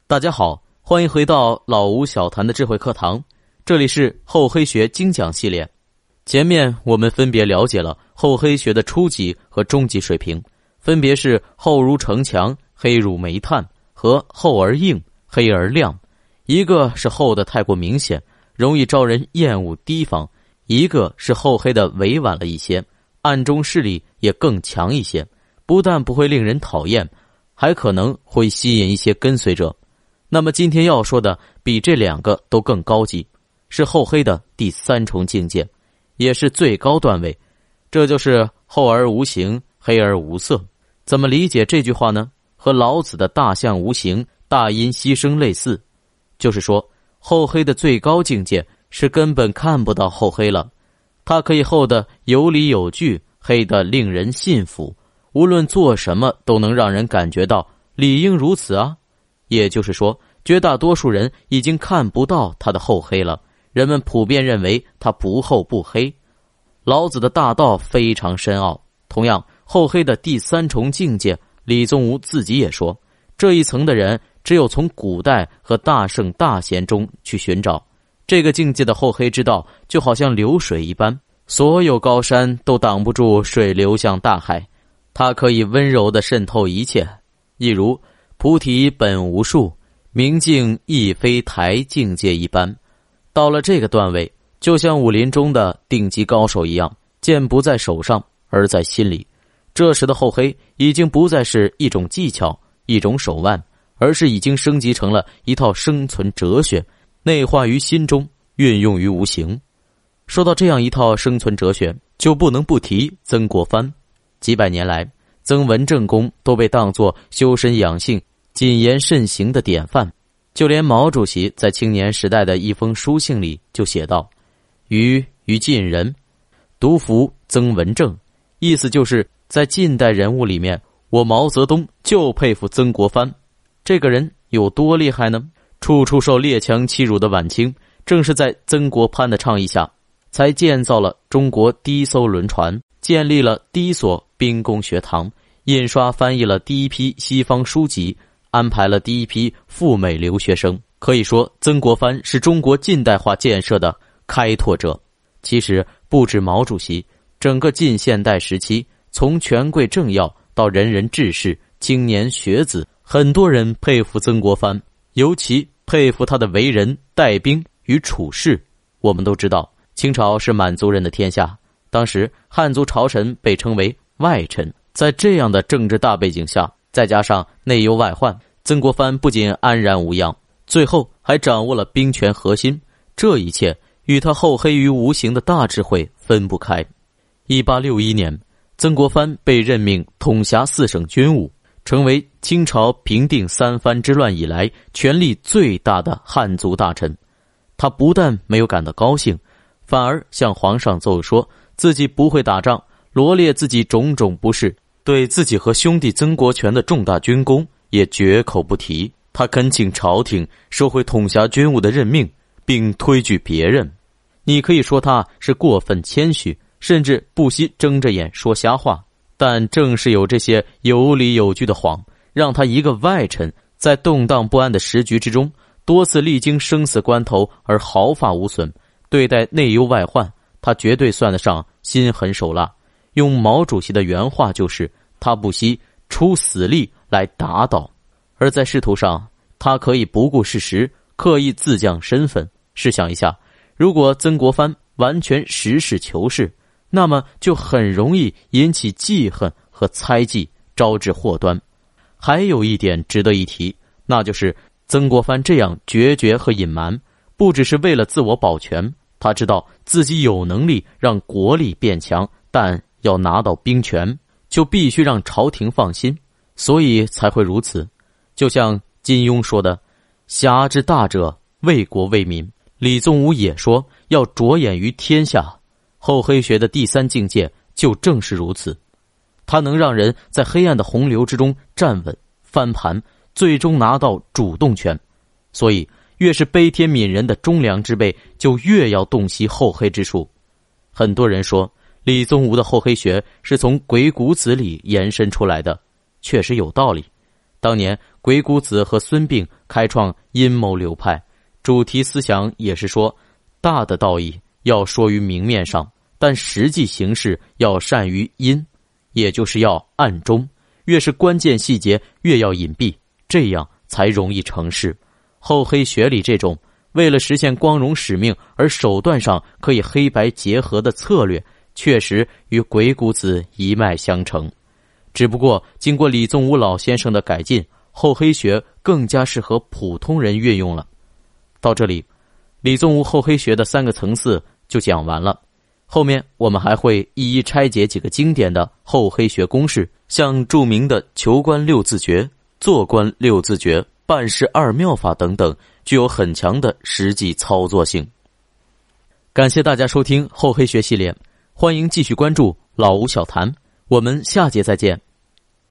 大家好，欢迎回到老吴小谈的智慧课堂，这里是厚黑学精讲系列。前面我们分别了解了厚黑学的初级和中级水平，分别是厚如城墙、黑如煤炭和厚而硬、黑而亮。一个是厚的太过明显，容易招人厌恶提防；一个是厚黑的委婉了一些，暗中势力也更强一些，不但不会令人讨厌，还可能会吸引一些跟随者。那么今天要说的比这两个都更高级，是厚黑的第三重境界，也是最高段位，这就是厚而无形，黑而无色。怎么理解这句话呢？和老子的大象无形，大音希声类似，就是说厚黑的最高境界是根本看不到厚黑了，它可以厚的有理有据，黑的令人信服，无论做什么都能让人感觉到理应如此啊。也就是说，绝大多数人已经看不到它的厚黑了，人们普遍认为它不厚不黑。老子的大道非常深奥，同样厚黑的第三重境界，李宗吾自己也说，这一层的人只有从古代和大圣大贤中去寻找。这个境界的厚黑之道就好像流水一般，所有高山都挡不住水流向大海，它可以温柔地渗透一切。一如菩提本无树，明镜亦非台境界一般。到了这个段位，就像武林中的顶级高手一样，剑不在手上而在心里。这时的厚黑已经不再是一种技巧，一种手腕，而是已经升级成了一套生存哲学，内化于心中，运用于无形。说到这样一套生存哲学，就不能不提曾国藩。几百年来，曾文正公都被当作修身养性、谨言慎行的典范。就连毛主席在青年时代的一封书信里就写道：于近人，独服曾文正。意思就是在近代人物里面，我毛泽东就佩服曾国藩。这个人有多厉害呢？处处受列强欺辱的晚清，正是在曾国藩的倡议下，才建造了中国第一艘轮船，建立了第一所兵工学堂，印刷翻译了第一批西方书籍，安排了第一批赴美留学生。可以说，曾国藩是中国近代化建设的开拓者。其实不止毛主席，整个近现代时期，从权贵政要到仁人志士、青年学子，很多人佩服曾国藩，尤其佩服他的为人、带兵与处事。我们都知道，清朝是满族人的天下，当时汉族朝臣被称为外臣。在这样的政治大背景下，再加上内忧外患，曾国藩不仅安然无恙，最后还掌握了兵权核心。这一切与他厚黑于无形的大智慧分不开。1861年，曾国藩被任命统辖4省军务，成为清朝平定三藩之乱以来权力最大的汉族大臣。他不但没有感到高兴，反而向皇上奏说自己不会打仗，罗列自己种种不是，对自己和兄弟曾国荃的重大军功也绝口不提。他恳请朝廷收回统辖军务的任命，并推举别人。你可以说他是过分谦虚，甚至不惜睁着眼说瞎话，但正是有这些有理有据的谎，让他一个外臣在动荡不安的时局之中，多次历经生死关头而毫发无损。对待内忧外患，他绝对算得上心狠手辣。用毛主席的原话就是，他不惜出死力来打倒。而在仕途上，他可以不顾事实，刻意自降身份。试想一下，如果曾国藩完全实事求是，那么就很容易引起记恨和猜忌，招致祸端。还有一点值得一提，那就是曾国藩这样决绝和隐瞒，不只是为了自我保全，他知道自己有能力让国力变强，但要拿到兵权，就必须让朝廷放心，所以才会如此。就像金庸说的，侠之大者，为国为民。李宗吾也说，要着眼于天下。厚黑学的第三境界就正是如此，它能让人在黑暗的洪流之中站稳、翻盘，最终拿到主动权。所以越是悲天悯人的忠良之辈，就越要洞悉厚黑之术。很多人说李宗吾的厚黑学是从鬼谷子里延伸出来的，确实有道理。 当年鬼谷子和孙膑开创阴谋流派，主题思想也是说，大的道义要说于明面上，但实际行事要善于阴，也就是要暗中，越是关键细节越要隐蔽，这样才容易成事。厚黑学里这种为了实现光荣使命而手段上可以黑白结合的策略，确实与鬼谷子一脉相承。只不过经过李宗吾老先生的改进，厚黑学更加适合普通人运用了。到这里，李宗吾厚黑学的3个层次就讲完了。后面我们还会一一拆解几个经典的厚黑学公式，像著名的求观六字诀、做观六字诀、办事二妙法等等，具有很强的实际操作性。感谢大家收听厚黑学系列，欢迎继续关注老吴小谈，我们下节再见。